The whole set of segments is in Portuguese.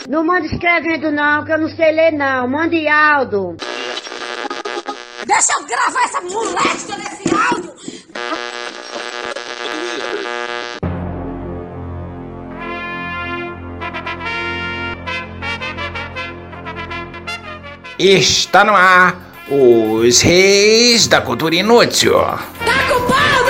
Não manda escrevendo não, que eu não sei ler não. Mande áudio. Deixa eu gravar essa moléstia nesse áudio. Está no ar os Reis da Cultura Inútil. Tá com pau,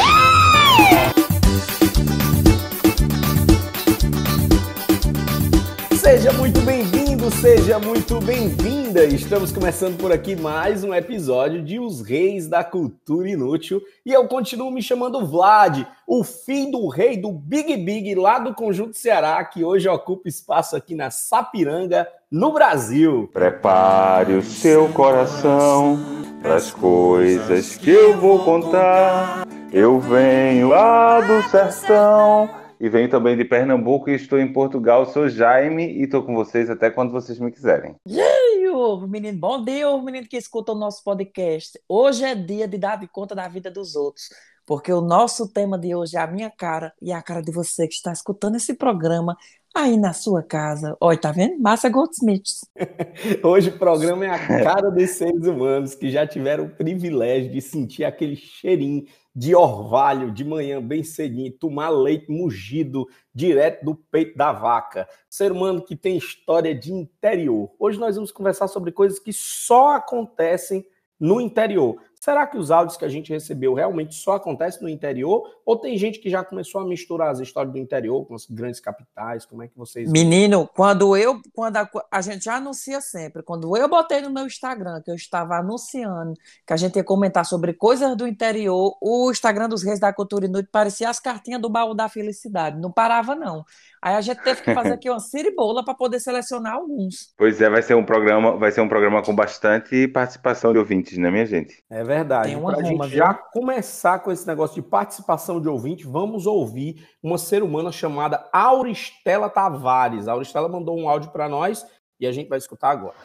Seja muito bem-vindo, seja muito bem-vinda. Estamos começando por aqui mais um episódio de Os Reis da Cultura Inútil. E eu continuo me chamando Vlad, o filho do rei do Big Big lá do Conjunto Ceará, que hoje ocupa espaço aqui na Sapiranga, no Brasil. Prepare o seu coração para as coisas que eu vou contar. Eu venho lá do sertão e venho também de Pernambuco e estou em Portugal. Sou Jaime e estou com vocês até quando vocês me quiserem. Menino, bom dia, menino que escuta o nosso podcast. Hoje é dia de dar de conta da vida dos outros, porque o nosso tema de hoje é a minha cara e a cara de você que está escutando esse programa aí na sua casa. Olha, tá vendo? Massa Goldsmiths. Hoje o programa é a cara dos seres humanos que já tiveram o privilégio de sentir aquele cheirinho de orvalho de manhã bem cedinho, tomar leite mugido direto do peito da vaca. Ser humano que tem história de interior. Hoje nós vamos conversar sobre coisas que só acontecem no interior. Será que os áudios que a gente recebeu realmente só acontecem no interior? Ou tem gente que já começou a misturar as histórias do interior com as grandes capitais? Como é que vocês... Menino, quando a gente já anuncia sempre, quando eu botei no meu Instagram, que eu estava anunciando que a gente ia comentar sobre coisas do interior, o Instagram dos Reis da Cultura Inútil parecia as cartinhas do baú da felicidade, não parava não. Aí a gente teve que fazer aqui uma ciribola para poder selecionar alguns. Pois é, vai ser um programa com bastante participação de ouvintes, né, minha gente? É verdade. Tem uma Para a ruma, gente viu? já começar com esse negócio de participação de ouvinte, vamos ouvir uma ser humana chamada Auristela Tavares. A Auristela mandou um áudio para nós e a gente vai escutar agora.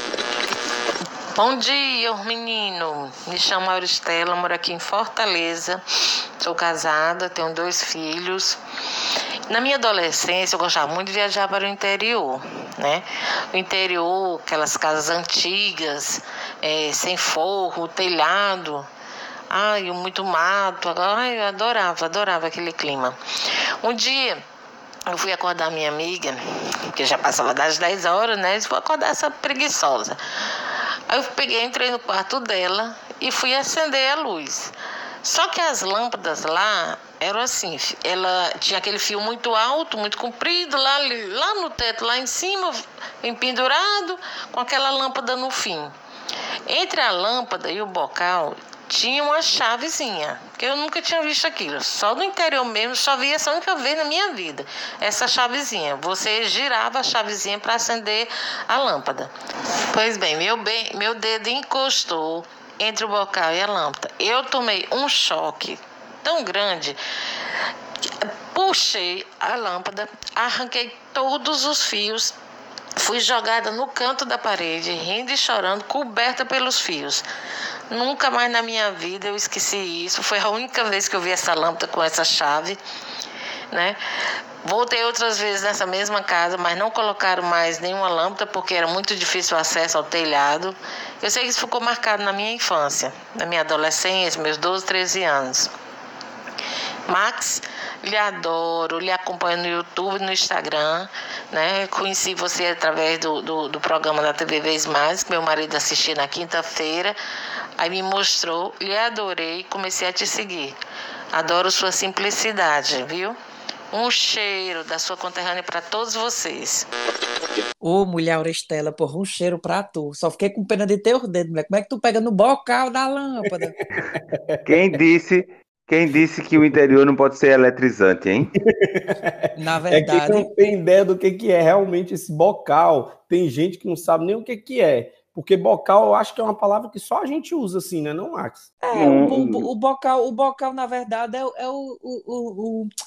Bom dia, menino. Me chamo Auristela, moro aqui em Fortaleza. Sou casada, tenho 2 filhos. Na minha adolescência, eu gostava muito de viajar para o interior, né? O interior, aquelas casas antigas, sem forro, telhado, muito mato. Eu adorava aquele clima. Um dia, eu fui acordar minha amiga, que já passava das 10 horas, né? Eu fui acordar essa preguiçosa. Aí eu entrei no quarto dela e fui acender a luz. Só que as lâmpadas lá eram assim, ela tinha aquele fio muito alto, muito comprido, lá no teto, lá em cima, empendurado, com aquela lâmpada no fim. Entre a lâmpada e o bocal tinha uma chavezinha, que eu nunca tinha visto aquilo. Só no interior mesmo, só vi essa única vez na minha vida, essa chavezinha. Você girava a chavezinha para acender a lâmpada. Pois bem, meu dedo encostou entre o bocal e a lâmpada. Eu tomei um choque tão grande, puxei a lâmpada, arranquei todos os fios, fui jogada no canto da parede, rindo e chorando, coberta pelos fios. Nunca mais na minha vida eu esqueci isso. Foi a única vez que eu vi essa lâmpada com essa chave, né? Voltei outras vezes nessa mesma casa, mas não colocaram mais nenhuma lâmpada porque era muito difícil o acesso ao telhado. Eu sei que isso ficou marcado na minha infância, na minha adolescência, meus 12, 13 anos. Max, lhe adoro, lhe acompanho no YouTube, no Instagram, né? Conheci você através do programa da TV Vez Mais, que meu marido assistia na quinta-feira. Aí me mostrou, lhe adorei, comecei a te seguir. Adoro sua simplicidade, viu? Um cheiro da sua conterrânea para todos vocês. Ô, mulher Auristela, porra, um cheiro pra tu. Só fiquei com pena de ter os dedos, mulher. Como é que tu pega no bocal da lâmpada? Quem disse que o interior não pode ser eletrizante, hein? Na É quem verdade, não tem ideia do que é realmente esse bocal. Tem gente que não sabe nem o que é. Porque bocal eu acho que é uma palavra que só a gente usa assim, né, não, Max? o bocal, na verdade, é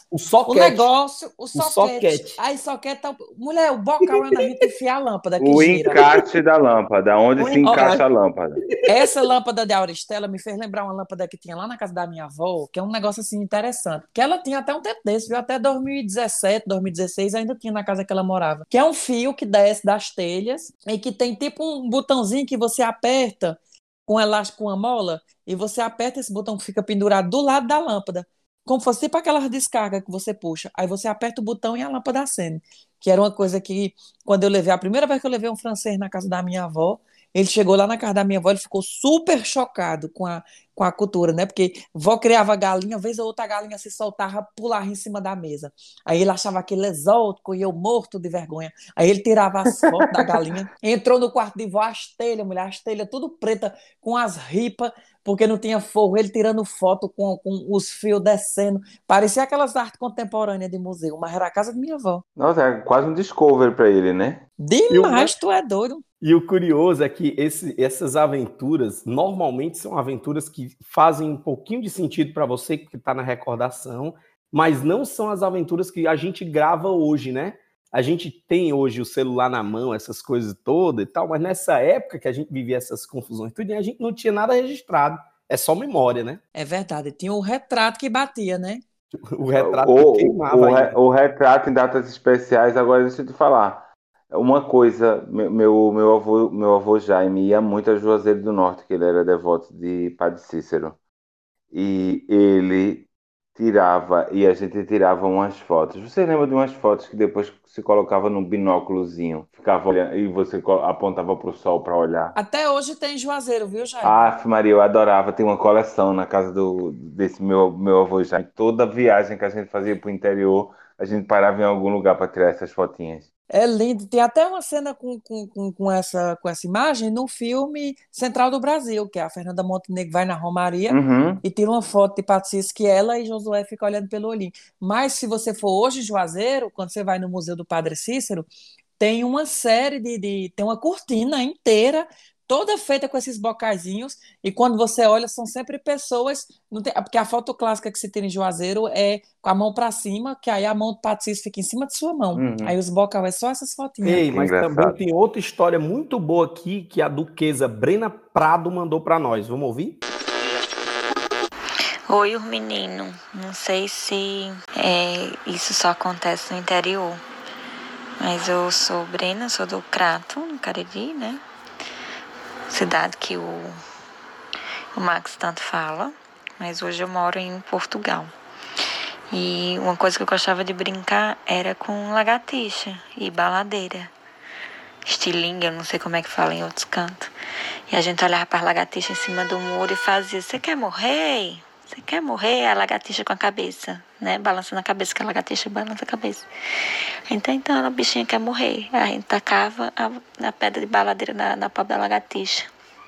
O O soquete. negócio, o O soquete. soquete. Aí, soquete tá. Mulher, o bocal é onde a gente enfia a lâmpada que O gira. encaixe da lâmpada, onde O se encaixa a lâmpada. Essa lâmpada de Auristela me fez lembrar uma lâmpada que tinha lá na casa da minha avó, que é um negócio assim interessante. Que ela tinha até um tempo desse, viu? Até 2017, 2016 ainda tinha na casa que ela morava. Que é um fio que desce das telhas e que tem tipo um botãozinho que você aperta com elástico, com uma mola, e você aperta esse botão que fica pendurado do lado da lâmpada. Como fosse tipo aquelas descargas que você puxa. Aí você aperta o botão e a lâmpada acende. Que era uma coisa que, quando eu levei, a primeira vez que eu levei um francês na casa da minha avó, ele chegou lá na casa da minha avó, ele ficou super chocado com a cultura, né? Porque vó criava galinha, vez ou outra a galinha se soltava, pulava em cima da mesa. Aí ele achava aquilo exótico e eu morto de vergonha. Aí ele tirava as fotos da galinha, entrou no quarto de vó, as telhas, mulher, as telhas tudo preta, com as ripas, porque não tinha fogo. Ele tirando foto com os fios descendo. Parecia aquelas artes contemporâneas de museu, mas era a casa de minha avó. Nossa, é quase um discovery pra ele, né? Demais, tu é doido. E o curioso é que essas aventuras normalmente são aventuras que fazem um pouquinho de sentido para você que está na recordação, mas não são as aventuras que a gente grava hoje, né? A gente tem hoje o celular na mão, essas coisas todas e tal, mas nessa época que a gente vivia essas confusões, tudo, a gente não tinha nada registrado. É só memória, né? É verdade, tinha o retrato que batia, né? O retrato que queimava ainda. O retrato em datas especiais, agora deixa eu te falar. Uma coisa, meu avô Jaime ia muito a Juazeiro do Norte, que ele era devoto de Padre Cícero. E ele tirava, e a gente tirava umas fotos. Você lembra de umas fotos que depois se colocava num binóculozinho, ficava olhando, e você apontava para o sol para olhar? Até hoje tem Juazeiro, viu, Jaime? Ah, Maria, eu adorava. Tem uma coleção na casa desse meu avô Jaime. Toda viagem que a gente fazia para o interior, a gente parava em algum lugar para tirar essas fotinhas. É lindo. Tem até uma cena com essa imagem no filme Central do Brasil, que é a Fernanda Montenegro vai na Romaria Uhum. e tira uma foto de Patrícia que ela e Josué ficam olhando pelo olhinho. Mas se você for hoje em Juazeiro, quando você vai no Museu do Padre Cícero, tem uma série tem uma cortina inteira, toda feita com esses bocaizinhos, e quando você olha, são sempre pessoas, não tem, porque a foto clássica que se tira em Juazeiro é com a mão para cima, que aí a mão do Patrício fica em cima de sua mão. Uhum. Aí os bocal é só essas fotinhas. Ei, Que mas engraçado. também tem outra história muito boa aqui que a duquesa Brena Prado mandou para nós. Vamos ouvir? Oi, o menino. Não sei se isso só acontece no interior, mas eu sou Brena, sou do Crato, no Cariri, né? Cidade que o Max tanto fala, mas hoje eu moro em Portugal. E uma coisa que eu gostava de brincar era com lagartixa e baladeira. Estilingue, eu não sei como é que fala em outros cantos. E a gente olhava para a lagartixa em cima do muro e fazia: "Você quer morrer? Você quer morrer?" A lagartixa com a cabeça, né? Balançando a cabeça, que a lagartixa balança a cabeça. Então a bichinha quer morrer. A gente tacava a pedra de baladeira na pobre da lagartixa.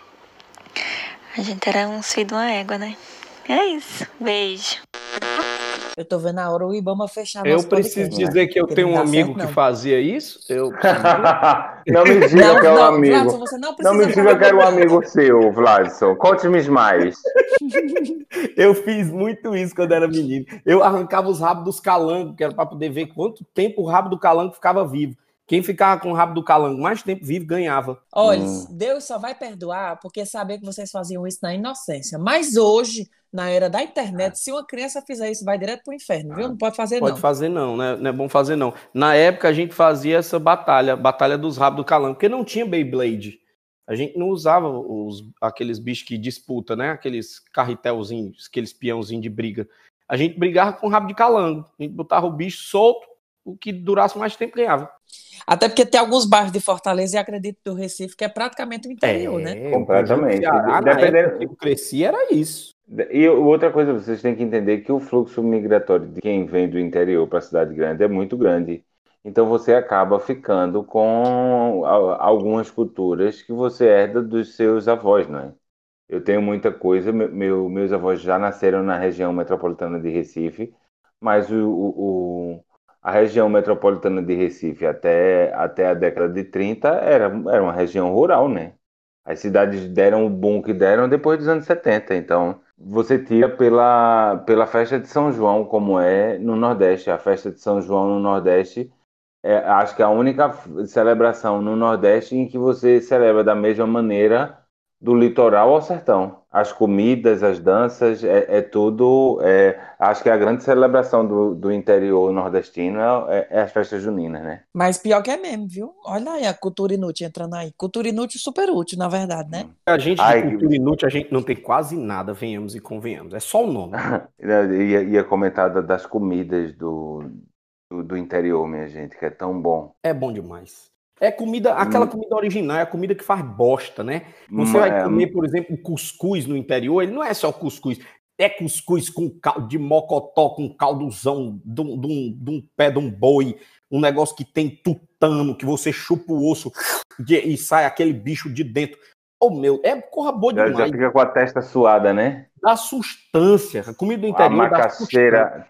A gente era uns filhos de uma égua, né? É isso. Beijo. Eu tô vendo a hora o Ibama fechar Eu nosso preciso podcast, dizer que eu porque tenho não um dá amigo certo, que não. fazia isso. Não me diga que é um amigo. Vladson, você não Não precisa me diga falar que era um nome, não. amigo seu, Vladson. Conte-me mais. Eu fiz muito isso quando era menino. Eu arrancava os rabos dos calangos, que era para poder ver quanto tempo o rabo do calango ficava vivo. Quem ficava com o rabo do calango mais tempo vivo ganhava. Olha, Deus só vai perdoar porque sabia que vocês faziam isso na inocência. Mas hoje, na era da internet, se uma criança fizer isso, vai direto pro inferno, viu? Não pode fazer, Pode não. fazer não, né? Não é bom fazer não. Na época a gente fazia essa batalha dos rabos do calango, porque não tinha Beyblade. A gente não usava aqueles bichos que disputa, né? Aqueles carretelzinhos, aqueles peãozinhos de briga. A gente brigava com rabo de calango. A gente botava o bicho solto, o que durasse mais tempo ganhava. Até porque tem alguns bairros de Fortaleza e acredito do Recife que é praticamente o interior, né? Completamente. Na Dependendo- época que eu cresci era isso. E outra coisa, vocês têm que entender que o fluxo migratório de quem vem do interior para a cidade grande é muito grande. Então você acaba ficando com algumas culturas que você herda dos seus avós, não é? Eu tenho muita coisa, meus avós já nasceram na região metropolitana de Recife, mas a região metropolitana de Recife até a década de 30 era uma região rural, né? As cidades deram o boom que deram depois dos anos 70, então você tira pela festa de São João, como é no Nordeste. A festa de São João no Nordeste acho que é a única celebração no Nordeste em que você celebra da mesma maneira do litoral ao sertão. As comidas, as danças, é tudo. Acho que a grande celebração do interior nordestino é as festas juninas, né? Mas pior que é mesmo, viu? Olha aí a cultura inútil entrando aí. Cultura inútil super útil, na verdade, né? A gente de Ai, cultura inútil, a gente não tem quase nada, venhamos e convenhamos. É só o nome. ia comentar das comidas do interior, minha gente, que é tão bom. É bom demais. É comida, aquela comida original, é a comida que faz bosta, né? Você vai comer, por exemplo, cuscuz no interior, ele não é só cuscuz. É cuscuz com caldo de mocotó, com caldozão de um pé de um boi, um negócio que tem tutano, que você chupa o osso e sai aquele bicho de dentro. Oh, meu, é porra boa demais. Já fica com a testa suada, né? Dá sustância. A comida do A interior macaxeira,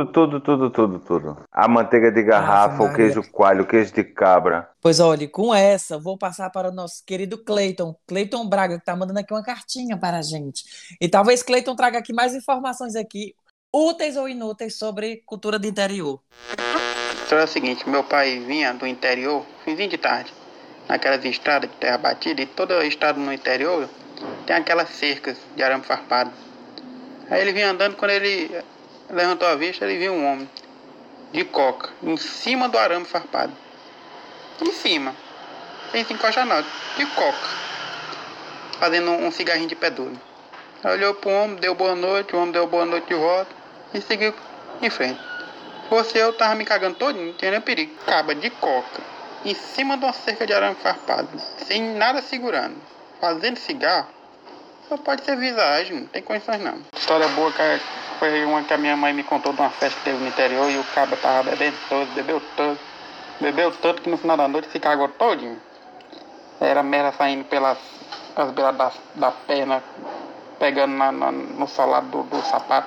tudo. A manteiga de garrafa, o queijo coalho, o queijo de cabra. Pois olha, com essa, vou passar para o nosso querido Cleiton Braga, que está mandando aqui uma cartinha para a gente. E talvez Cleiton traga aqui mais informações aqui, úteis ou inúteis, sobre cultura do interior. Então é o seguinte, meu pai vinha do interior, finzinho de tarde, naquelas estradas de terra batida, e todo estado no interior tem aquelas cercas de arame farpado. Aí ele vinha andando, quando ele levantou a vista, ele viu um homem de coca em cima do arame farpado. Em cima, sem se encostar nada, de coca, fazendo um cigarrinho de pé duro. Aí olhou pro homem, deu boa noite, o homem deu boa noite de volta e seguiu em frente. Eu tava me cagando todinho, não tinha nem perigo. Caba de coca, em cima de uma cerca de arame farpado, sem nada segurando, fazendo cigarro, só pode ser visagem, não tem condições não. História boa que foi uma que a minha mãe me contou de uma festa que teve no interior e o caba tava bebendo todo, bebeu tanto que no final da noite se cagou todinho. Era merda saindo pelas beiras da perna, pegando no solado do sapato.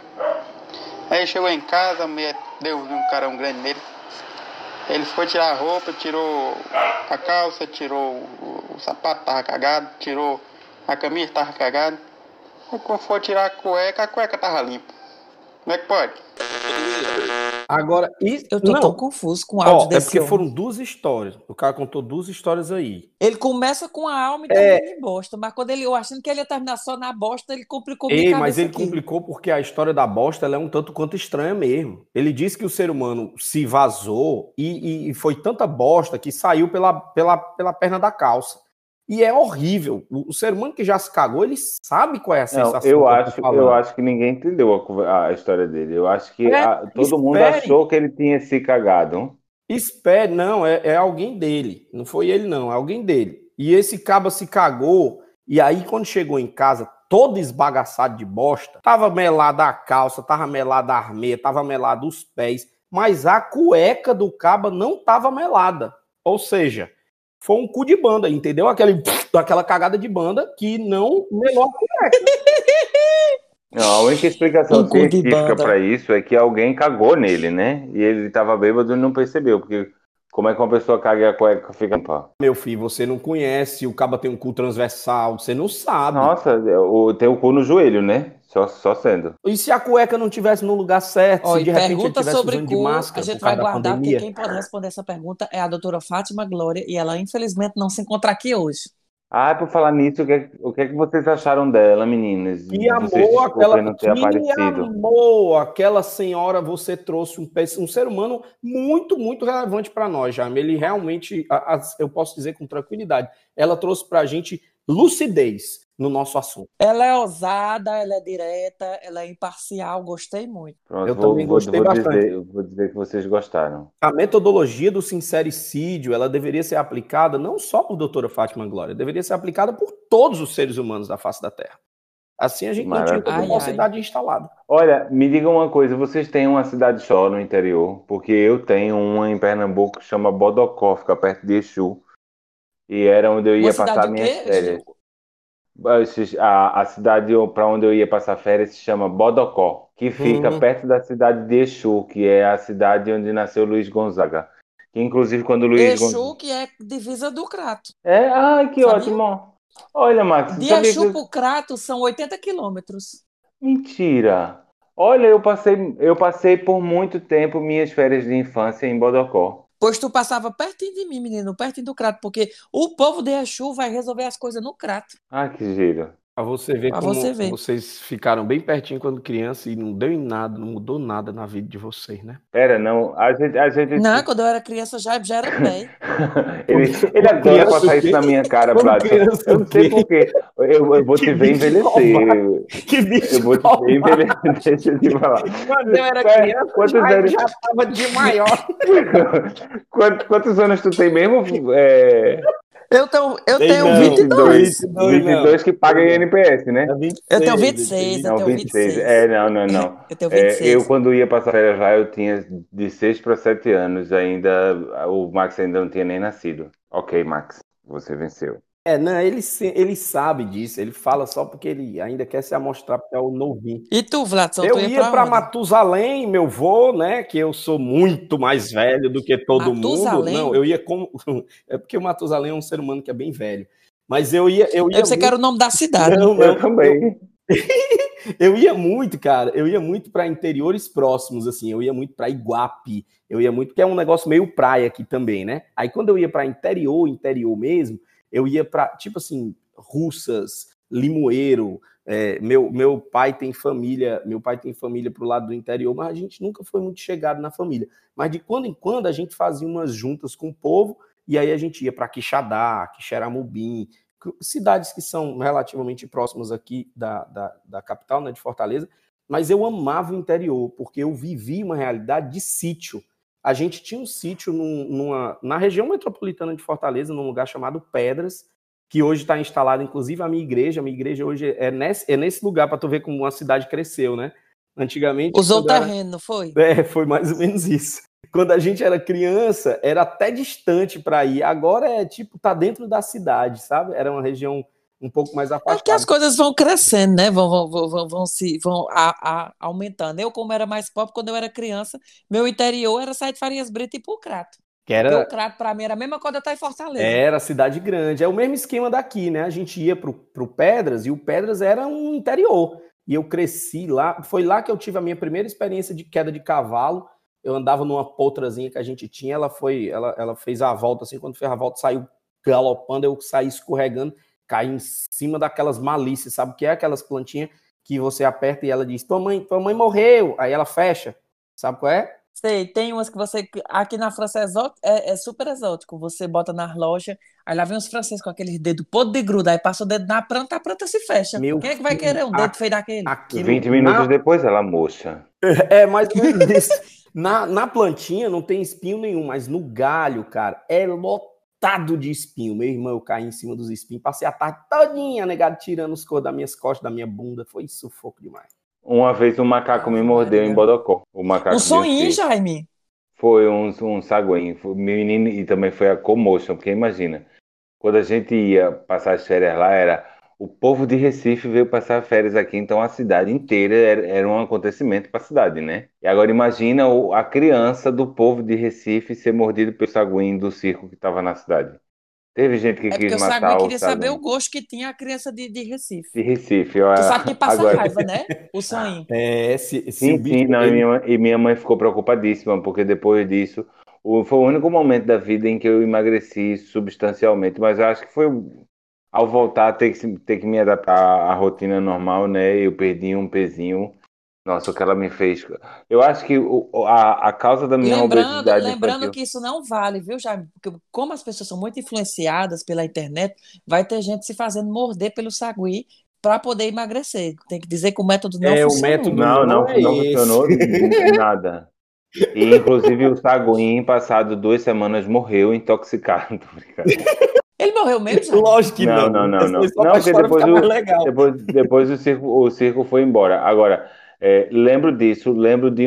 Aí chegou em casa, a mulher deu um carão grande nele. Ele foi tirar a roupa, tirou a calça, tirou o sapato, tava cagado, tirou a camisa, tava cagado. E quando foi tirar a cueca tava limpa. Como é que pode? Agora, eu tô tão confuso com o áudio desse porque homem. foram duas histórias. O cara contou duas histórias aí. Ele começa com a alma e termina em bosta, mas quando eu achando que ele ia terminar só na bosta, ele complicou minha cabeça. Mas ele aqui. complicou porque a história da bosta ela é um tanto quanto estranha mesmo. Ele disse que o ser humano se vazou e foi tanta bosta que saiu pela perna da calça. E é horrível. O ser humano que já se cagou, ele sabe qual é a sensação. Não, eu acho que ninguém entendeu a história dele. Eu acho que todo mundo achou que ele tinha se cagado. Espere, não, é alguém dele. Não foi ele, não, é alguém dele. E esse caba se cagou, e aí quando chegou em casa, todo esbagaçado de bosta, tava melada a calça, tava melada a meia, tava melada os pés, mas a cueca do caba não tava melada. Ou seja, foi um cu de banda, entendeu? Aquela cagada de banda que não melou a cueca. Não, a única explicação científica para isso é que alguém cagou nele, né? E ele estava bêbado e não percebeu, porque como é que uma pessoa caga e a cueca fica limpa? Meu filho, você não conhece, o caba tem um cu transversal, você não sabe. Nossa, tem o cu no joelho, né? Só sendo. E se a cueca não tivesse no lugar certo, se de repente ele pergunta tivesse sobre usando cu, de máscara, a gente vai guardar, porque quem pode responder essa pergunta é a doutora Fátima Glória, e ela infelizmente não se encontra aqui hoje. Por falar nisso, o que é que vocês acharam dela, meninas? Que amor aquela senhora, você trouxe um ser humano muito, muito relevante para nós, Jaime. Ele realmente, eu posso dizer com tranquilidade, ela trouxe para a gente lucidez no nosso assunto. Ela é ousada, ela é direta, ela é imparcial, gostei muito. Pronto, eu também gostei bastante. Vou dizer que vocês gostaram. A metodologia do sincericídio, ela deveria ser aplicada não só por doutora Fátima Glória, deveria ser aplicada por todos os seres humanos da face da Terra. Assim a gente não tinha uma cidade instalada. Olha, me digam uma coisa, vocês têm uma cidade só no interior? Porque eu tenho uma em Pernambuco que chama Bodocó, fica perto de Exu. E era onde eu ia passar minhas férias. A cidade para onde eu ia passar férias se chama Bodocó, que fica perto da cidade de Exu, que é a cidade onde nasceu Luiz Gonzaga. Que inclusive quando Luiz Exu, que é divisa do Crato. Ai, que sabia? Ótimo. Olha, Max, de Exu pro Crato são 80 quilômetros. Mentira! Olha, eu passei por muito tempo minhas férias de infância em Bodocó. Pois tu passava pertinho de mim, menino, pertinho do Crato, porque o povo de Exu vai resolver as coisas no Crato, Ah, que giro. Pra você ver pra você como ver. vocês ficaram bem pertinho quando criança e não deu em nada, não mudou nada na vida de vocês, né? Pera, não, Não, quando eu era criança já era velho. ele Quando adora criança o passar isso quê? na minha cara, Quando Bladson. criança Eu o não sei quê? por quê. Eu vou Que te ver bicho envelhecer. covarde. Que Eu bicho vou te ver covarde. envelhecer. Deixa eu te falar. Quando eu era criança, Quantos já anos? tava de maior. Quantos anos tu tem mesmo? Eu Tem tenho não, 22. 22 não. 22 que paga INPS, né? É Eu tenho 26, 26, eu Não, tenho 26. 26. Não. Eu tenho Eu, 26. quando ia passar férias lá, eu tinha de 6 para 7 anos ainda. O Max ainda não tinha nem nascido. Ok, Max, você venceu. Não, ele sabe disso, ele fala só porque ele ainda quer se amostrar porque é o novinho. E tu, Vladson, tu Eu ia ia pra para onde? Matusalém, meu vô, né? Que eu sou muito mais velho do que todo mundo. Matusalém? Não, eu ia como. É porque o Matusalém é um ser humano que é bem velho. Mas eu ia Eu pensei que era o nome da cidade. Não, Eu também. Eu ia muito, cara. Eu ia muito para interiores próximos, assim. Eu ia muito para Iguape. Eu ia muito, que é um negócio meio praia aqui também, né? Aí quando eu ia para interior mesmo, eu ia para, tipo assim, Russas, Limoeiro. Meu pai tem família pro lado do interior, mas a gente nunca foi muito chegado na família. Mas de quando em quando a gente fazia umas juntas com o povo e aí a gente ia para Quixadá, Quixeramobim, cidades que são relativamente próximas aqui da capital, né, de Fortaleza, mas eu amava o interior, porque eu vivi uma realidade de sítio. A gente tinha um sítio na região metropolitana de Fortaleza, num lugar chamado Pedras, que hoje está instalada, inclusive, a minha igreja. A minha igreja hoje é nesse lugar, para tu ver como uma cidade cresceu, né? Antigamente... Usou o terreno, não foi? Foi mais ou menos isso. Quando a gente era criança, era até distante para ir. Agora é tipo, tá dentro da cidade, sabe? Era uma região um pouco mais É que afastada. as coisas vão crescendo, né? Vão aumentando. Eu, como era mais pobre, quando eu era criança, meu interior era sair de Farias Brito e ir pro Crato. Porque o Crato, pra mim, era a mesma coisa eu estar em Fortaleza. Era cidade grande. É o mesmo esquema daqui, né? A gente ia pro Pedras, e o Pedras era um interior. E eu cresci lá. Foi lá que eu tive a minha primeira experiência de queda de cavalo. Eu andava numa poltrazinha que a gente tinha, ela fez a volta, assim, quando fez a volta, saiu galopando, eu saí escorregando, caí em cima daquelas malícias, sabe o que é? Aquelas plantinhas que você aperta e ela diz, tua mãe morreu, aí ela fecha, sabe qual é? Sei, tem umas que você... Aqui na França é super exótico, você bota nas lojas, aí lá vem os franceses com aqueles dedos podre de gruda, aí passa o dedo na planta, a planta se fecha. Quem é que vai querer um dedo feio daquele? 20 minutos depois ela murcha. É mais ou menos isso. Na plantinha não tem espinho nenhum, mas no galho, cara, é lotado de espinho. Meu irmão, eu caí em cima dos espinhos, passei a tarde todinha, negado, tirando os coros das minhas costas, da minha bunda. Foi sufoco demais. Uma vez um macaco me mordeu em Bodocó. O macaco Um soninho, Jaime? Foi um saguinho. Menino, e também foi a commotion, porque imagina, quando a gente ia passar as férias lá, o povo de Recife veio passar férias aqui, então a cidade inteira era um acontecimento para a cidade, né? E agora imagina a criança do povo de Recife ser mordido pelo saguinho do circo que estava na cidade. Teve gente que quis porque o matar Sagui o queria saber saguinho. o gosto que tinha a criança de Recife. De Recife. Tu sabe que passa Agora... raiva, né? O soninho. Sim, não, e minha mãe ficou preocupadíssima, porque depois disso, foi o único momento da vida em que eu emagreci substancialmente, mas eu acho que foi ao voltar ter que me adaptar à rotina normal, né? Eu perdi um pezinho. Nossa, o que ela me fez. Eu acho que a causa da minha obesidade Lembrando infantil... que isso não vale, viu, Jaime? Porque como as pessoas são muito influenciadas pela internet, vai ter gente se fazendo morder pelo sagui para poder emagrecer. Tem que dizer que o método não funcionou. O método não é funcionou nada. E, inclusive, o Saguinho, passado 2 semanas, morreu intoxicado. Ele morreu mesmo, Jaime? Lógico que não. Não, Porque depois o circo foi embora. Agora, lembro de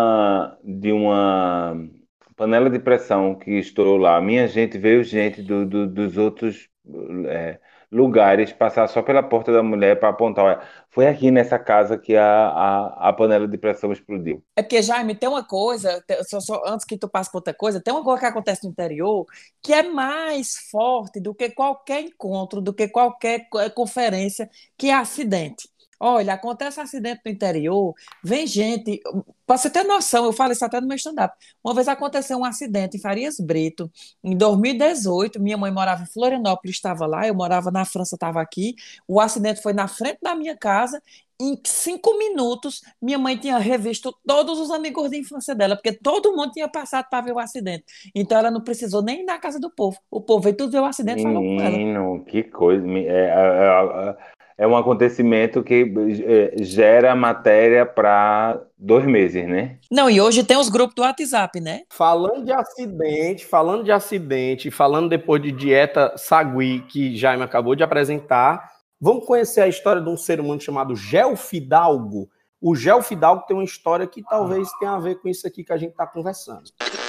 uma panela de pressão que estourou lá. Minha gente veio gente dos outros lugares passar só pela porta da mulher para apontar. Olha, foi aqui nessa casa que a panela de pressão explodiu. É porque, Jaime, tem uma coisa, antes que tu passe para outra coisa, tem uma coisa que acontece no interior que é mais forte do que qualquer encontro, do que qualquer conferência, que é acidente. Olha, acontece acidente no interior, vem gente, para você ter noção, eu falo isso até no meu stand-up. Uma vez aconteceu um acidente em Farias Brito, em 2018, minha mãe morava em Florianópolis, estava lá, eu morava na França, estava aqui, o acidente foi na frente da minha casa, em 5 minutos, minha mãe tinha revisto todos os amigos de infância dela, porque todo mundo tinha passado para ver o acidente. Então ela não precisou nem ir na casa do povo. O povo veio tudo ver o acidente e falou com ela. Menino, que coisa. É um acontecimento que gera matéria para 2 meses, né? Não, e hoje tem os grupos do WhatsApp, né? Falando de acidente, falando depois de dieta sagui, que Jaime acabou de apresentar, vamos conhecer a história de um ser humano chamado Gelfidalgo. O Gelfidalgo tem uma história que talvez tenha a ver com isso aqui que a gente está conversando.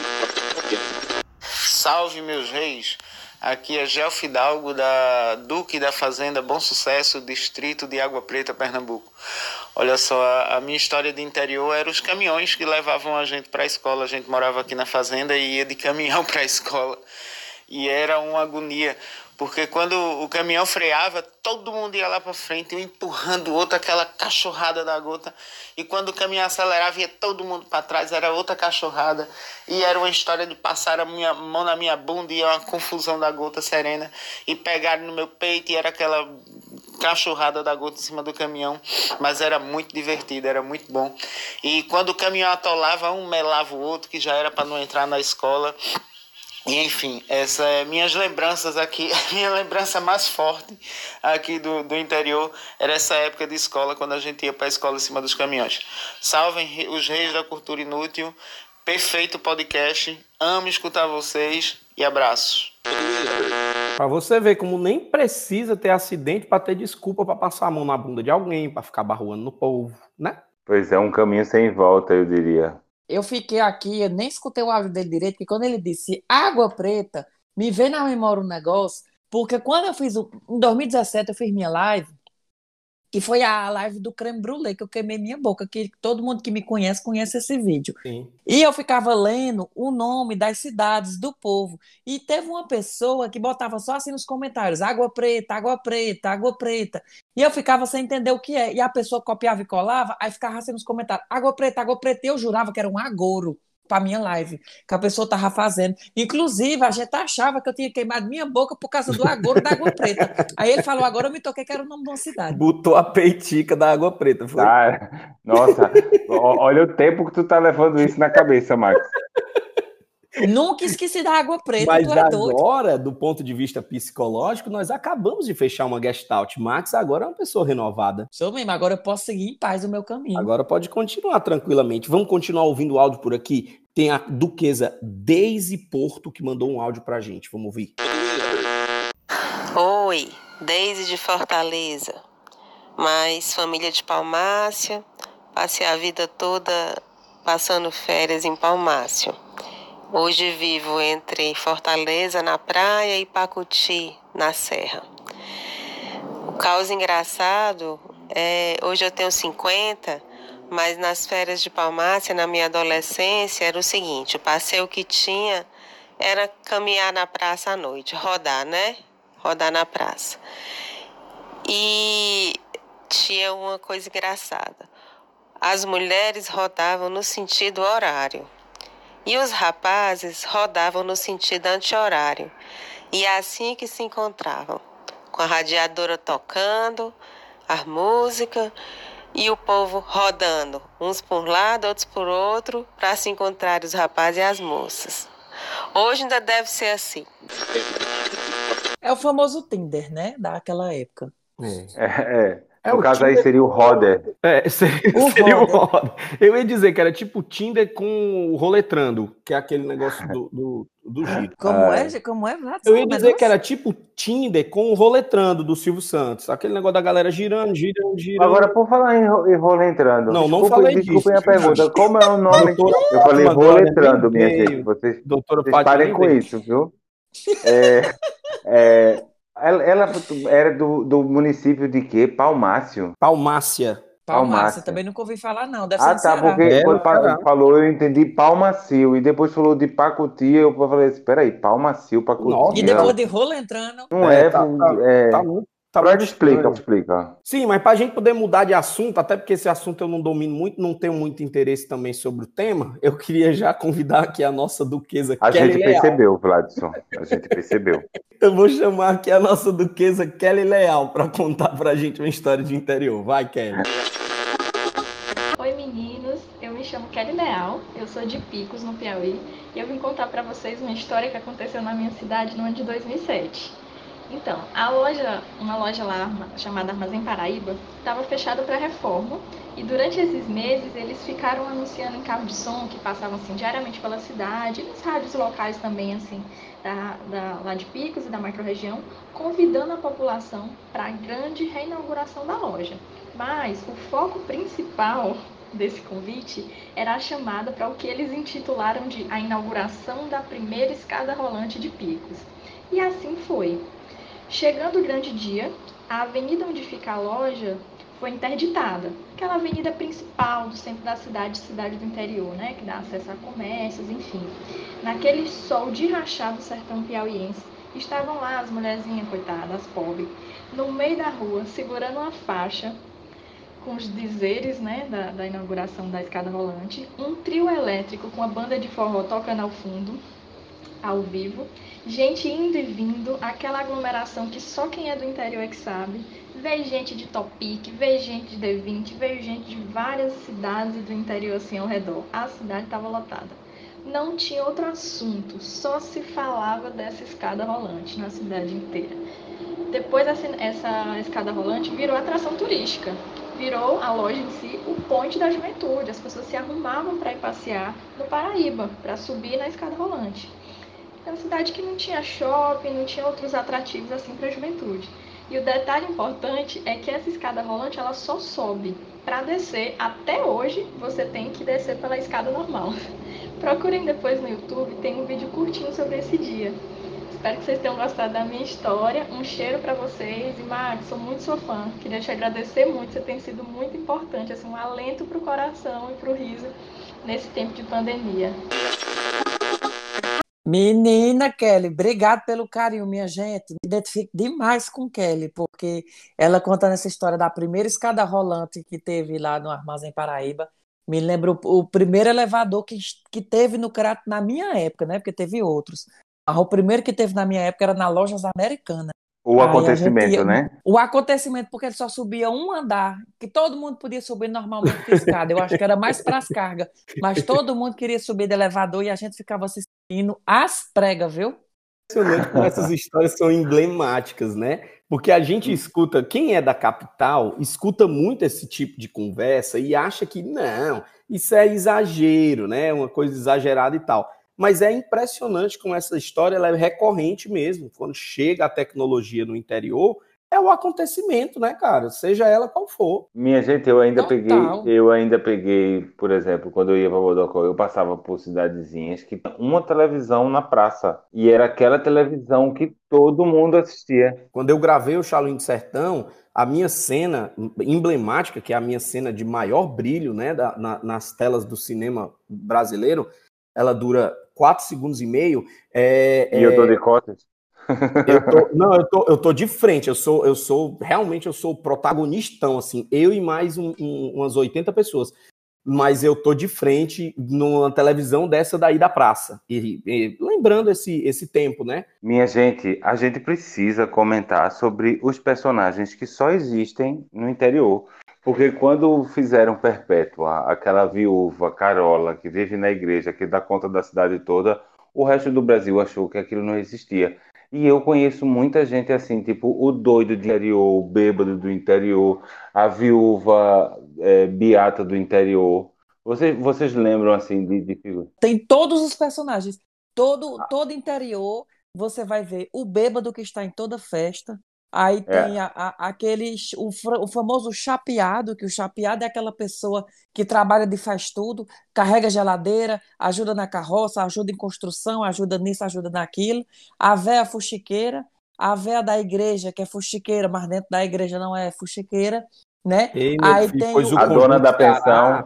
Salve, meus reis! Aqui é Gelfidalgo, da Duque da Fazenda Bom Sucesso, distrito de Água Preta, Pernambuco. Olha só, a minha história de interior eram os caminhões que levavam a gente para a escola. A gente morava aqui na fazenda e ia de caminhão para a escola. E era uma agonia, porque quando o caminhão freava, todo mundo ia lá para frente, um empurrando o outro, aquela cachorrada da gota. E quando o caminhão acelerava, ia todo mundo para trás, era outra cachorrada. E era uma história de passar a minha mão na minha bunda e uma confusão da gota serena. E pegaram no meu peito e era aquela cachorrada da gota em cima do caminhão. Mas era muito divertido, era muito bom. E quando o caminhão atolava, um melava o outro, que já era para não entrar na escola. E, enfim, essa é minhas lembranças aqui. A minha lembrança mais forte aqui do interior era essa época de escola, quando a gente ia para a escola em cima dos caminhões. Salvem os reis da cultura inútil. Perfeito podcast. Amo escutar vocês e abraços. Para você ver como nem precisa ter acidente para ter desculpa para passar a mão na bunda de alguém, para ficar barruando no povo, né? Pois é, um caminho sem volta, eu diria. Eu fiquei aqui, eu nem escutei o áudio dele direito, porque quando ele disse Água Preta, me veio na memória um negócio, porque quando eu fiz, em 2017, eu fiz minha live, e foi a live do creme brulee, que eu queimei minha boca, que todo mundo que me conhece esse vídeo. Sim. E eu ficava lendo o nome das cidades do povo, e teve uma pessoa que botava só assim nos comentários, Água Preta, Água Preta, Água Preta, e eu ficava sem entender o que é, e a pessoa copiava e colava, aí ficava assim nos comentários, Água Preta, e eu jurava que era um agouro para minha live, que a pessoa tava fazendo. Inclusive, a gente achava que eu tinha queimado minha boca por causa do agouro da Água Preta. Aí ele falou, agora eu me toquei que era o nome de uma cidade. Botou a peitica da Água Preta, foi? Ah, nossa, olha o tempo que tu tá levando isso na cabeça, Max. Nunca esqueci da Água Preta. Mas tu é doido. agora, do ponto de vista psicológico, nós acabamos de fechar uma Gestalt. Max agora é uma pessoa renovada. Sou mesmo, agora eu posso seguir em paz o meu caminho. Agora pode continuar tranquilamente. Vamos continuar ouvindo o áudio por aqui. Tem a duquesa Deise Porto que mandou um áudio pra gente. Vamos ouvir. Oi, Deise de Fortaleza. Mas família de Palmácia. Passei a vida toda passando férias em Palmácia. Hoje vivo entre Fortaleza, na praia, e Pacuti, na serra. O caos engraçado é... Hoje eu tenho 50, mas nas férias de Palmácia, na minha adolescência, era o seguinte, o passeio que tinha era caminhar na praça à noite, rodar, né? Rodar na praça. E tinha uma coisa engraçada. As mulheres rodavam no sentido horário. E os rapazes rodavam no sentido anti-horário. E é assim que se encontravam, com a radiadora tocando, a música e o povo rodando, uns por um lado, outros por outro, para se encontrar os rapazes e as moças. Hoje ainda deve ser assim. É o famoso Tinder, né? Daquela época. No caso aí seria o Roder. Seria o Roder. Eu ia dizer que era tipo Tinder com o roletrando, que é aquele negócio do giro. Como é, Vlad? Eu ia dizer que era tipo Tinder com o roletrando do Silvio Santos. Aquele negócio da galera girando. Agora, por falar em roletrando. Não falei disso. Desculpem a pergunta. Como é o nome? Eu falei roletrando, minha gente. Vocês parem com isso, viu? Ela era do município de quê? Palmácia. Palmácia, também nunca ouvi falar, não. Deve ser tá, porque quando falou, eu entendi Palmacio, e depois falou de Pacuti, eu falei assim, peraí, Palmacio, Pacuti. E depois de rolo entrando. Não Tá Freud muito explica, estranho. explica. Sim, mas para a gente poder mudar de assunto, até porque esse assunto eu não domino muito, não tenho muito interesse também sobre o tema, eu queria já convidar aqui a nossa duquesa A Kelly gente Leal. percebeu, Vladson. A gente percebeu. Eu vou chamar aqui a nossa duquesa Kelly Leal para contar para a gente uma história de interior. Vai, Kelly. Oi meninos, eu me chamo Kelly Leal, eu sou de Picos, no Piauí, e eu vim contar para vocês uma história que aconteceu na minha cidade no ano de 2007. Então, uma loja lá chamada Armazém Paraíba, estava fechada para reforma, e durante esses meses eles ficaram anunciando em carro de som que passavam assim, diariamente pela cidade, e nas rádios locais também, assim, lá de Picos e da macro-região, convidando a população para a grande reinauguração da loja. Mas o foco principal desse convite era a chamada para o que eles intitularam de a inauguração da primeira escada rolante de Picos. E assim foi. Chegando o grande dia, a avenida onde fica a loja foi interditada. Aquela avenida principal do centro da cidade do interior, né? Que dá acesso a comércios, enfim. Naquele sol de rachar do sertão piauiense, estavam lá as mulherzinhas, coitadas, as pobres, no meio da rua, segurando uma faixa com os dizeres, né, da inauguração da escada rolante, um trio elétrico com a banda de forró tocando ao fundo, ao vivo, gente indo e vindo, aquela aglomeração que só quem é do interior é que sabe, veio gente de Topic, veio gente de D20, veio gente de várias cidades do interior assim ao redor, a cidade estava lotada. Não tinha outro assunto, só se falava dessa escada rolante na cidade inteira. Depois essa escada rolante virou atração turística, virou a loja em si o ponte da juventude, as pessoas se arrumavam para ir passear no Paraíba, para subir na escada rolante. É uma cidade que não tinha shopping, não tinha outros atrativos assim para a juventude. E o detalhe importante é que essa escada rolante ela só sobe. Para descer, até hoje, você tem que descer pela escada normal. Procurem depois no YouTube, tem um vídeo curtinho sobre esse dia. Espero que vocês tenham gostado da minha história. Um cheiro para vocês. E, Max, sou muito sua fã. Queria te agradecer muito, você tem sido muito importante, assim, um alento para o coração e para o riso nesse tempo de pandemia. Menina Kelly, obrigado pelo carinho, minha gente. Me identifico demais com Kelly, porque ela contando essa história da primeira escada rolante que teve lá no Armazém Paraíba. Me lembra o primeiro elevador que teve no Crato na minha época, né? Porque teve outros. Mas o primeiro que teve na minha época era na Lojas Americanas. O Aí a gente acontecimento, ia, né? o acontecimento, porque ele só subia um andar, que todo mundo podia subir normalmente de escada. Eu acho que era mais para as cargas, mas todo mundo queria subir de elevador e a gente ficava assistindo às pregas, viu? Impressionante como essas histórias são emblemáticas, né? Porque a gente escuta, quem é da capital, escuta muito esse tipo de conversa e acha que não, isso é exagero, né? Uma coisa exagerada e tal. Mas é impressionante como essa história ela é recorrente mesmo. Quando chega a tecnologia no interior, é o acontecimento, né, cara? Seja ela qual for. Minha gente, Total. eu ainda peguei, por exemplo, quando eu ia para Bodocó, eu passava por cidadezinhas que tinha uma televisão na praça. E era aquela televisão que todo mundo assistia. Quando eu gravei o Xalim do Sertão, a minha cena emblemática, que é a minha cena de maior brilho, né, nas telas do cinema brasileiro, ela dura 4 segundos e meio. E eu tô de costas. Eu tô de frente, realmente eu sou o protagonistão, assim, eu e mais umas 80 pessoas, mas eu tô de frente numa televisão dessa daí da praça, e lembrando esse tempo, né? Minha gente, a gente precisa comentar sobre os personagens que só existem no interior. Porque quando fizeram Perpétua, aquela viúva, Carola, que vive na igreja, que dá conta da cidade toda, o resto do Brasil achou que aquilo não existia. E eu conheço muita gente assim, tipo o doido do interior, o bêbado do interior, a viúva beata do interior. Vocês lembram assim de figura? Tem todos os personagens. Todo interior, você vai ver o bêbado que está em toda festa. Aí tem É, o famoso chapeado, que o chapeado é aquela pessoa que trabalha de faz tudo, carrega geladeira, ajuda na carroça, ajuda em construção, ajuda nisso, ajuda naquilo. A véia fuxiqueira, a véia da igreja, que é fuxiqueira, mas dentro da igreja não é fuxiqueira, né? Ei, meu Aí filho, tem pois o a dona Conjunto da Ceará, pensão.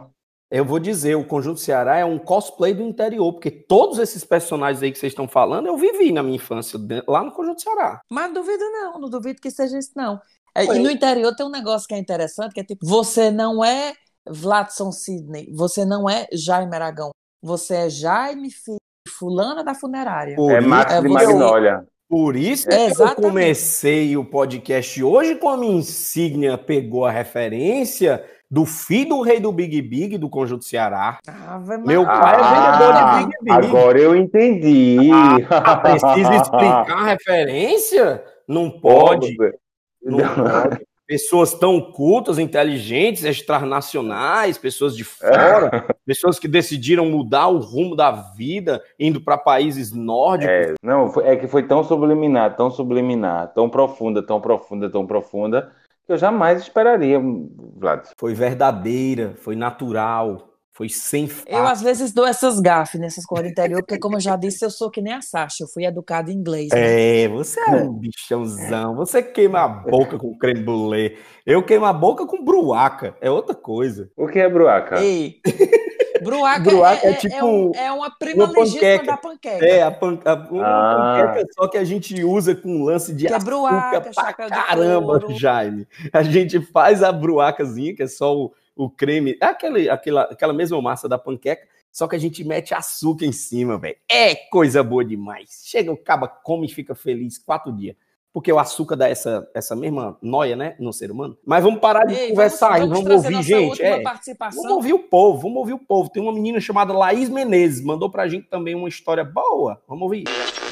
Eu vou dizer, o Conjunto Ceará é um cosplay do interior, porque todos esses personagens aí que vocês estão falando, eu vivi na minha infância, lá no Conjunto Ceará. Mas não duvido que seja isso, não. E no interior tem um negócio que é interessante, que é tipo, você não é Vladson Sidney, você não é Jaime Aragão, você é Jaime Fulana da Funerária. Max de Magnólia. Por isso que eu comecei o podcast hoje com a minha insígnia, pegou a referência do filho do rei do Big Big, do Conjunto Ceará. Meu pai é vendedor de Big Big. Agora eu entendi. Precisa explicar a referência? Não pode. Não pode. Pessoas tão cultas, inteligentes, extranacionais, pessoas de fora, pessoas que decidiram mudar o rumo da vida, indo para países nórdicos. É que foi tão subliminar, tão profunda, que eu jamais esperaria, Vlad. Foi verdadeira, foi natural, foi sem falta. Eu, às vezes, dou essas gafes nessas coisas do interior, porque, como eu já disse, eu sou que nem a Sasha, eu fui educada em inglês. Né? Você é um bichãozão, você queima a boca com creme brulee, eu queimo a boca com bruaca, é outra coisa. O que é bruaca? Ei, bruaca é tipo uma prima legítima da panqueca. Uma panqueca só que a gente usa com lance de açúcar bruaca, pra caramba, Jaime. A gente faz a bruacazinha, que é só o creme, aquela mesma massa da panqueca, só que a gente mete açúcar em cima, velho. É coisa boa demais. Chega, o caba come e fica feliz 4 dias. Porque o açúcar dá essa mesma noia, né, no ser humano. Mas vamos parar de conversar aí, vamos ouvir, gente. Vamos ouvir o povo, Tem uma menina chamada Laís Menezes, mandou pra gente também uma história boa. Vamos ouvir.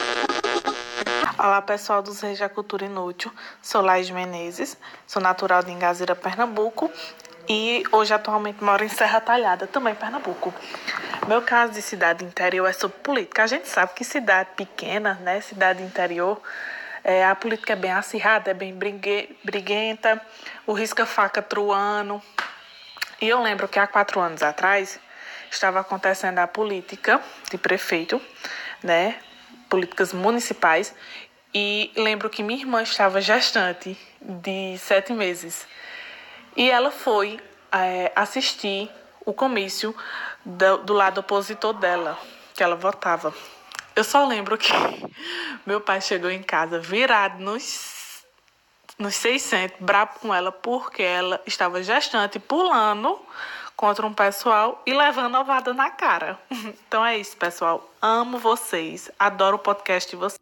Olá, pessoal dos Reis da Cultura Inútil. Sou Laís Menezes, sou natural de Ingazeira, Pernambuco. E hoje atualmente moro em Serra Talhada, também Pernambuco. Meu caso de cidade interior é sobre política. A gente sabe que cidade pequena, né, cidade interior, a política é bem acirrada, é bem briguenta, o risca-faca truano. E eu lembro que há 4 anos atrás estava acontecendo a política de prefeito, né, políticas municipais. E lembro que minha irmã estava gestante de 7 meses. E ela foi assistir o comício do lado opositor dela, que ela votava. Eu só lembro que meu pai chegou em casa virado nos 600, bravo com ela, porque ela estava gestante, pulando contra um pessoal e levando ovada na cara. Então é isso, pessoal. Amo vocês. Adoro o podcast de vocês.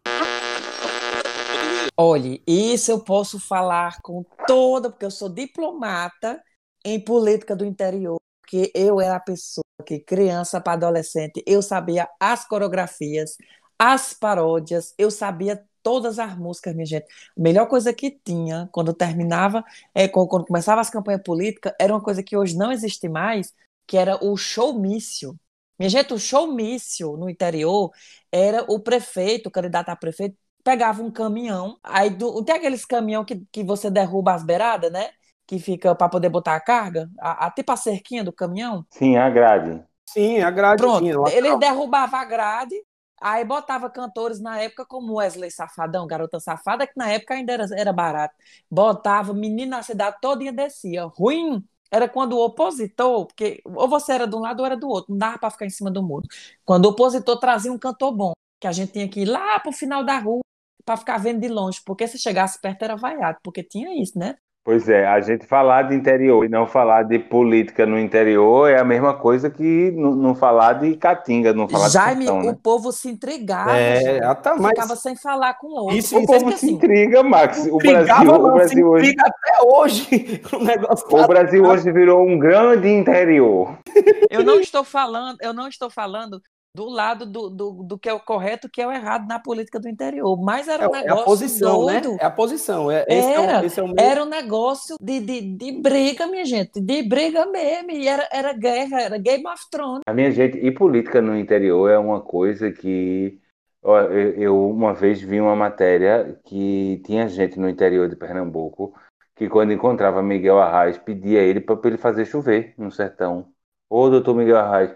Olha, isso eu posso falar com toda, porque eu sou diplomata em política do interior, porque eu era a pessoa que, criança para adolescente, eu sabia as coreografias, as paródias, eu sabia todas as músicas, minha gente. A melhor coisa que tinha, quando terminava, quando começava as campanhas políticas, era uma coisa que hoje não existe mais, que era o showmício. Minha gente, o showmício no interior era o prefeito, o candidato a prefeito, pegava um caminhão, aí tem aqueles caminhão que você derruba as beiradas, né? Que fica para poder botar a carga, tipo a cerquinha do caminhão. Sim, a grade. Sim, a grade. Pronto, ele derrubava a grade, aí botava cantores na época como Wesley Safadão, Garota Safada, que na época ainda era barato. Botava, menino na cidade todinha descia. Ruim era quando o opositor, porque ou você era de um lado ou era do outro, não dava para ficar em cima do muro. Quando o opositor trazia um cantor bom, que a gente tinha que ir lá pro final da rua, para ficar vendo de longe, porque se chegasse perto era vaiado, porque tinha isso, né? Pois é, a gente falar de interior e não falar de política no interior é a mesma coisa que não falar de caatinga, não falar Jaime, de sertão, né? O povo se intrigava, ficava sem falar com o outro. Isso, o povo se intriga, Max. O Brasil hoje até hoje. O Brasil hoje virou um grande interior. Eu não estou falando do lado do que é o correto, que é o errado na política do interior. Mas era um negócio a posição, doido. Né? É a posição. Esse é o era um negócio de briga, minha gente. De briga mesmo. E era guerra, era Game of Thrones. A minha gente, e política no interior é uma coisa que... Eu uma vez vi uma matéria que tinha gente no interior de Pernambuco que quando encontrava Miguel Arraes pedia ele para ele fazer chover no sertão. Ô, doutor Miguel Arraes,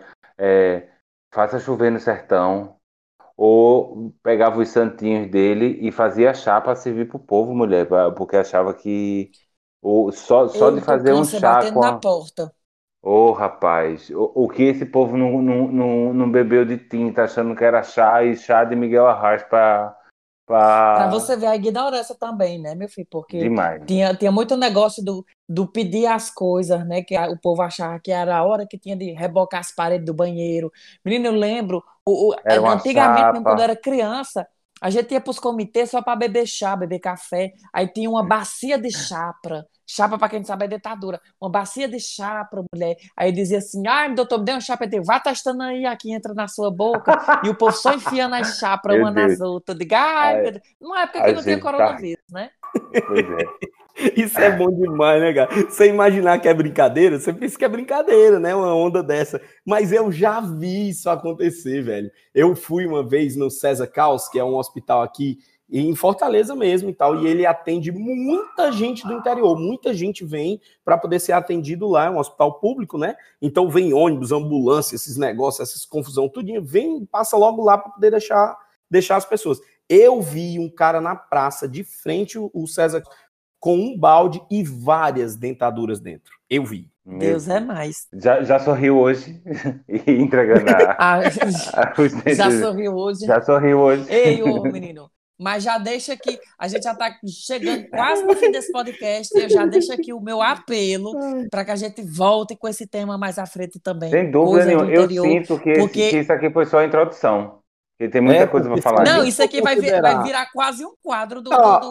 faça chover no sertão. Ou pegava os santinhos dele e fazia chá para servir pro povo, mulher, porque achava que só de fazer um chá batendo na porta. Ô, rapaz, o que esse povo não bebeu de tinta, achando que era chá e chá de Miguel Arraes Para pra... você ver a ignorância também, né, meu filho? Porque Demais. tinha muito negócio do pedir as coisas, né? Que o povo achava que era a hora que tinha de rebocar as paredes do banheiro. Menino, eu lembro, Era uma antigamente, mesmo quando eu chapa. era criança, a gente ia para os comitês só para beber chá, beber café. Aí tinha uma bacia de chapa. Chapa, para quem não sabe, é dentadura. Uma bacia de chapa, mulher. Aí dizia assim: ai, doutor, me dê uma chapa. Eu digo, vá testando aí, aqui entra na sua boca. E o povo só enfiando as chapas Meu uma nas Deus. outras. Eu digo, ai, A, meu Deus. Numa época a que não tinha gente tá... coronavírus, né? Pois é. Isso é bom demais, né, cara? Você imaginar que é brincadeira, você pensa que é brincadeira, né? Uma onda dessa. Mas eu já vi isso acontecer, velho. Eu fui uma vez no César Caos, que é um hospital aqui em Fortaleza mesmo e tal, e ele atende muita gente do interior. Muita gente vem para poder ser atendido lá, é um hospital público, né? Então vem ônibus, ambulância, esses negócios, essas confusão, tudinho, vem, passa logo lá para poder deixar as pessoas. Eu vi um cara na praça, de frente, o César, com um balde e várias dentaduras dentro. Eu vi. Deus é mais. Já sorriu hoje e entregando os dentes. Já sorriu hoje. Já sorriu hoje. Ei, ô menino, mas já deixa aqui, a gente já está chegando quase no fim desse podcast, eu já deixo aqui o meu apelo para que a gente volte com esse tema mais à frente também. Sem dúvida nenhuma. Eu sinto que isso aqui foi só a introdução. Porque tem muita coisa para falar. Não, isso aqui vai virar quase um quadro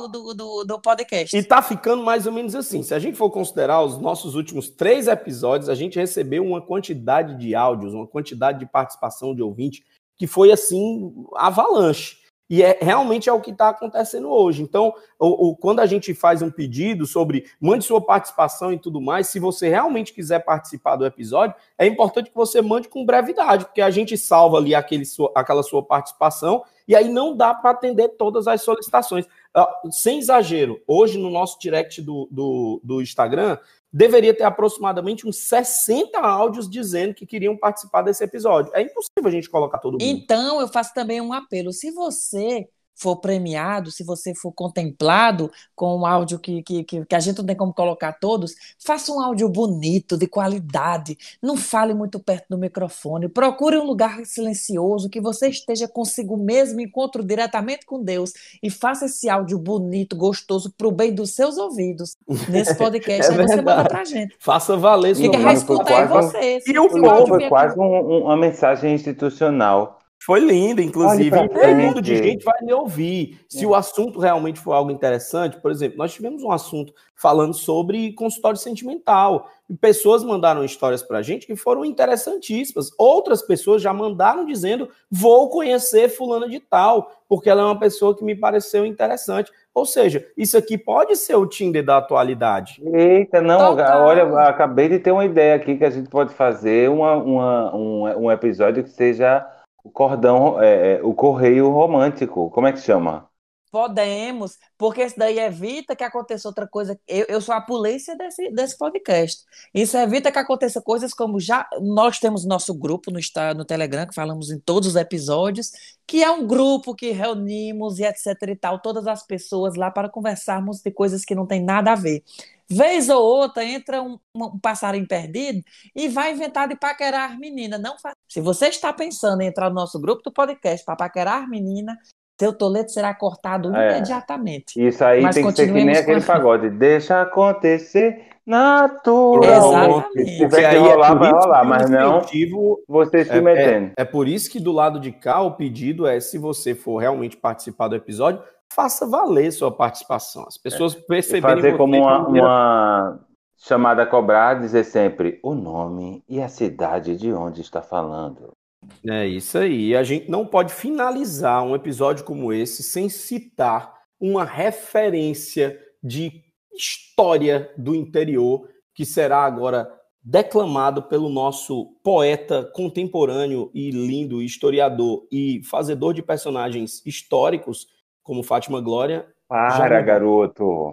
do podcast. E tá ficando mais ou menos assim. Se a gente for considerar os nossos últimos 3 episódios, a gente recebeu uma quantidade de áudios, uma quantidade de participação de ouvinte que foi assim, avalanche. E realmente é o que está acontecendo hoje. Então, quando a gente faz um pedido sobre mande sua participação e tudo mais, se você realmente quiser participar do episódio, é importante que você mande com brevidade, porque a gente salva ali aquela sua participação e aí não dá para atender todas as solicitações. Sem exagero, hoje no nosso direct do Instagram, deveria ter aproximadamente uns 60 áudios dizendo que queriam participar desse episódio. É impossível a gente colocar todo mundo. Então, eu faço também um apelo. Se você for premiado, se você for contemplado com um áudio que a gente não tem como colocar todos, faça um áudio bonito, de qualidade. Não fale muito perto do microfone. Procure um lugar silencioso, que você esteja consigo mesmo, encontre diretamente com Deus e faça esse áudio bonito, gostoso, para o bem dos seus ouvidos. Nesse podcast, aí você manda pra gente. Faça valer. Fica a escutar em você. E o povo foi quase uma mensagem institucional. Foi lindo, inclusive. E todo mundo de gente vai me ouvir. Se o assunto realmente for algo interessante, por exemplo, nós tivemos um assunto falando sobre consultório sentimental. E pessoas mandaram histórias pra gente que foram interessantíssimas. Outras pessoas já mandaram dizendo: vou conhecer fulana de tal, porque ela é uma pessoa que me pareceu interessante. Ou seja, isso aqui pode ser o Tinder da atualidade. Eita, não, olha, acabei de ter uma ideia aqui que a gente pode fazer um episódio que seja o cordão, o correio romântico. Como é que chama? Podemos, porque isso daí evita que aconteça outra coisa. Eu sou a polícia desse podcast. Isso evita que aconteça coisas como nós temos nosso grupo no Telegram, que falamos em todos os episódios, que é um grupo que reunimos e etc e tal, todas as pessoas lá para conversarmos de coisas que não tem nada a ver. Vez ou outra entra um passarinho perdido e vai inventar de paquerar menina. Não faz. Se você está pensando em entrar no nosso grupo do podcast para paquerar menina, seu tolete será cortado imediatamente. Isso aí. Mas tem que ser que nem aquele pagode. Deixa acontecer naturalmente. Exatamente. Se tiver que rolar, vai rolar, mas não você se metendo. É por isso que do lado de cá o pedido é, se você for realmente participar do episódio, faça valer sua participação. As pessoas perceberem... Fazer como uma chamada a cobrar, dizer sempre o nome e a cidade de onde está falando. É isso aí. A gente não pode finalizar um episódio como esse sem citar uma referência de história do interior que será agora declamado pelo nosso poeta contemporâneo e lindo historiador e fazedor de personagens históricos como Fátima Glória. Para, garoto!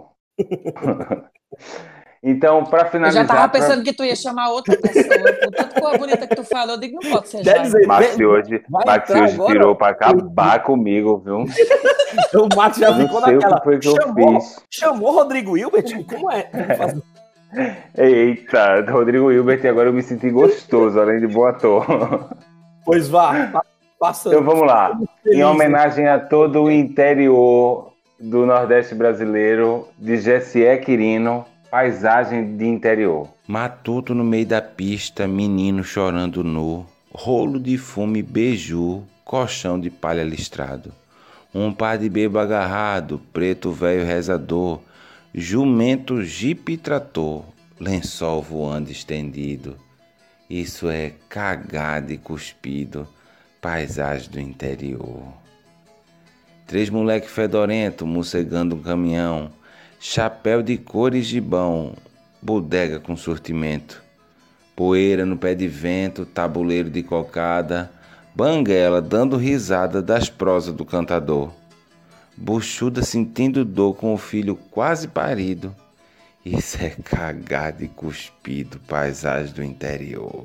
Então, para finalizar... Eu já tava pensando que tu ia chamar outra pessoa. Por tanto coisa bonita que tu falou, eu digo, não pode ser Maxi hoje tirou para acabar comigo, viu? O Max já ficou naquela... Chamou Rodrigo Hilbert? Como é? Eita, Rodrigo Hilbert, agora eu me senti gostoso, além de bom ator. Pois vá, passa. Então vamos lá. Em homenagem a todo o interior do Nordeste brasileiro, de Jessié Quirino, Paisagem de Interior. Matuto no meio da pista, menino chorando nu, rolo de fume beiju, colchão de palha listrado. Um par de bebo agarrado, preto velho rezador, jumento jipe e trator, lençol voando estendido. Isso é cagado e cuspido, paisagem do interior. 3 moleque fedorento mocegando um caminhão, chapéu de cor e gibão, bodega com sortimento. Poeira no pé de vento, tabuleiro de cocada, banguela dando risada das prosas do cantador. Buchuda sentindo dor com o filho quase parido. Isso é cagado e cuspido, paisagem do interior.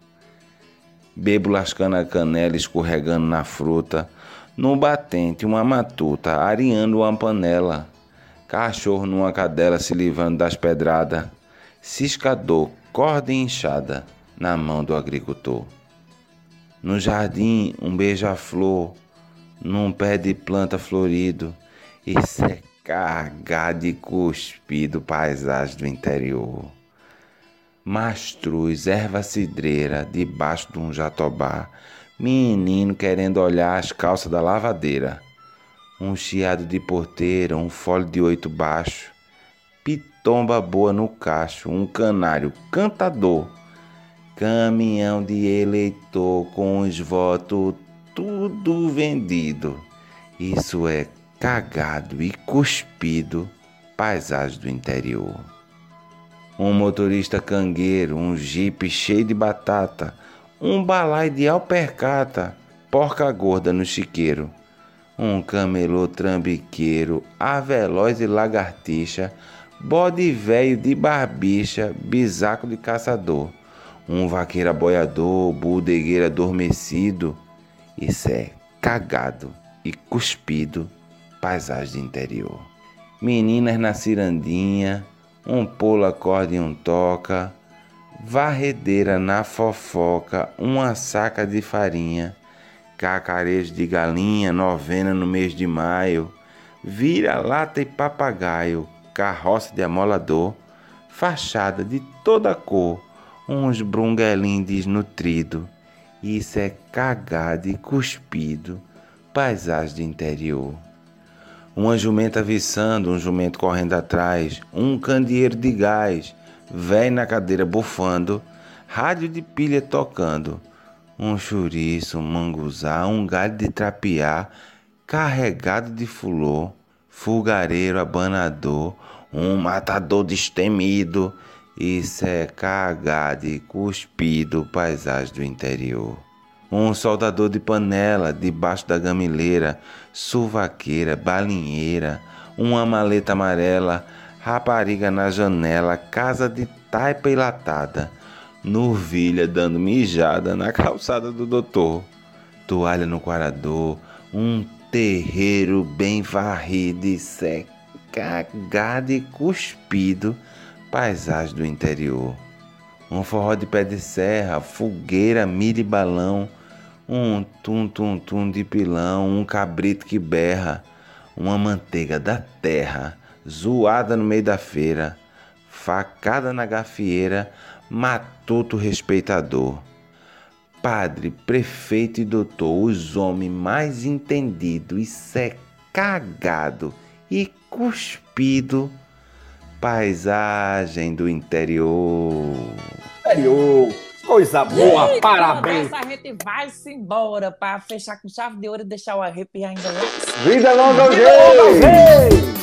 Bebo lascando a canela, escorregando na fruta, no batente uma matuta, areando uma panela. Cachorro numa cadela se livrando das pedradas, ciscador, corda inchada na mão do agricultor. No jardim um beija-flor, num pé de planta florido, isso é cagado e cuspido, paisagem do interior. Mastruz, erva cidreira, debaixo de um jatobá, menino querendo olhar as calças da lavadeira. Um chiado de porteira, um fole de 8 baixo, pitomba boa no cacho, um canário cantador, caminhão de eleitor com os votos tudo vendido. Isso é cagado e cuspido, paisagem do interior. Um motorista cangueiro, um jipe cheio de batata, um balai de alpercata, porca gorda no chiqueiro, um camelô trambiqueiro, aveloz e lagartixa, bode velho de barbicha, bisaco de caçador, um vaqueiro aboiador, bodegueiro adormecido. Isso é cagado e cuspido, paisagem de interior. Meninas na cirandinha, um pula corda e um toca, varredeira na fofoca, uma saca de farinha, cacarejo de galinha, novena no mês de maio, vira-lata e papagaio, carroça de amolador, fachada de toda cor, uns brunguelim desnutrido. Isso é cagado e cuspido, paisagem de interior. Uma jumenta viçando, um jumento correndo atrás, um candeeiro de gás, véi na cadeira bufando, rádio de pilha tocando, um chouriço, um manguzá, um galho de trapear, carregado de fulô, fogareiro abanador, um matador destemido. Isso é cagado e cuspido, paisagem do interior. Um soldador de panela debaixo da gamileira, suvaqueira, balinheira, uma maleta amarela, rapariga na janela, casa de taipa e latada, novilha dando mijada na calçada do doutor, toalha no quarador, um terreiro bem varrido. Isso é cagado e cuspido, paisagem do interior. Um forró de pé de serra, fogueira, milho e balão, um tum-tum-tum de pilão, um cabrito que berra, uma manteiga da terra, zoada no meio da feira, facada na gafieira, matuto respeitador. Padre, prefeito e doutor, os homens mais entendidos, isso é cagado e cuspido, paisagem do interior. Interior, coisa boa, E parabéns. a gente vai-se embora para fechar com chave de ouro e deixar o arrepio ainda mais. Vida longa ao Vida longa ao rei! rei!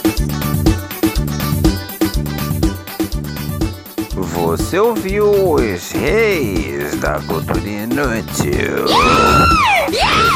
Você ouviu os reis da cultura inútil. Yeah!